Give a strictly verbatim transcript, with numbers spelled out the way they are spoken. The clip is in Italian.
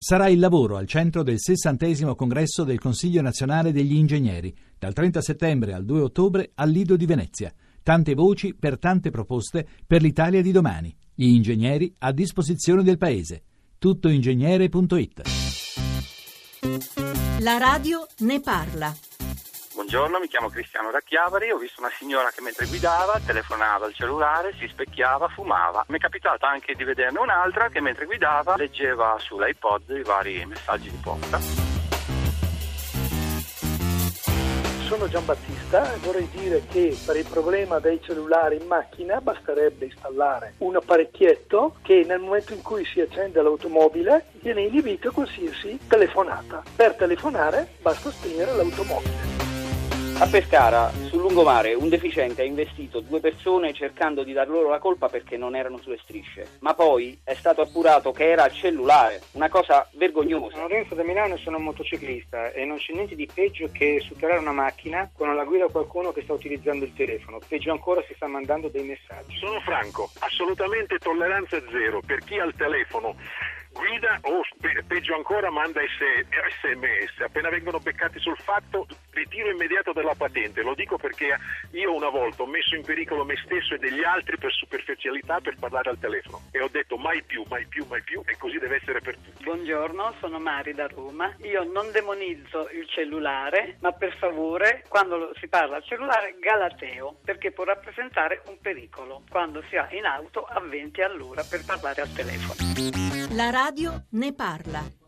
Sarà il lavoro al centro del sessantesimo congresso del Consiglio Nazionale degli Ingegneri, dal trenta settembre al due ottobre al Lido di Venezia. Tante voci per tante proposte per l'Italia di domani. Gli ingegneri a disposizione del Paese. tuttoingegnere punto it. La radio ne parla. Buongiorno, mi chiamo Cristiano da Chiavari. Ho visto una signora che mentre guidava telefonava al cellulare, si specchiava, fumava. Mi è capitato anche di vederne un'altra che mentre guidava leggeva sull'iPod i vari messaggi di posta. Sono Giambattista e vorrei dire che per il problema dei cellulari in macchina basterebbe installare un apparecchietto che nel momento in cui si accende l'automobile viene inibito qualsiasi telefonata. Per telefonare basta spegnere l'automobile. A Pescara, sul lungomare, un deficiente ha investito due persone cercando di dar loro la colpa perché non erano sulle strisce, ma poi è stato appurato che era al cellulare, una cosa vergognosa. Sono Renzo da Milano e sono un motociclista e non c'è niente di peggio che superare una macchina con alla guida qualcuno che sta utilizzando il telefono, peggio ancora si sta mandando dei messaggi. Sono Franco, assolutamente tolleranza zero per chi al telefono guida o pe- peggio ancora manda S M S. Appena vengono beccati sul fatto, ritiro immediato della patente. Lo dico perché io una volta ho messo in pericolo me stesso e degli altri per superficialità per parlare al telefono e ho detto mai più, mai più, mai più, e così deve essere per tutti. Buongiorno, sono Mari da Roma. Io non demonizzo il cellulare, ma per favore, quando si parla al cellulare, galateo, perché può rappresentare un pericolo quando si ha in auto a venti all'ora per parlare al telefono. La radio ne parla.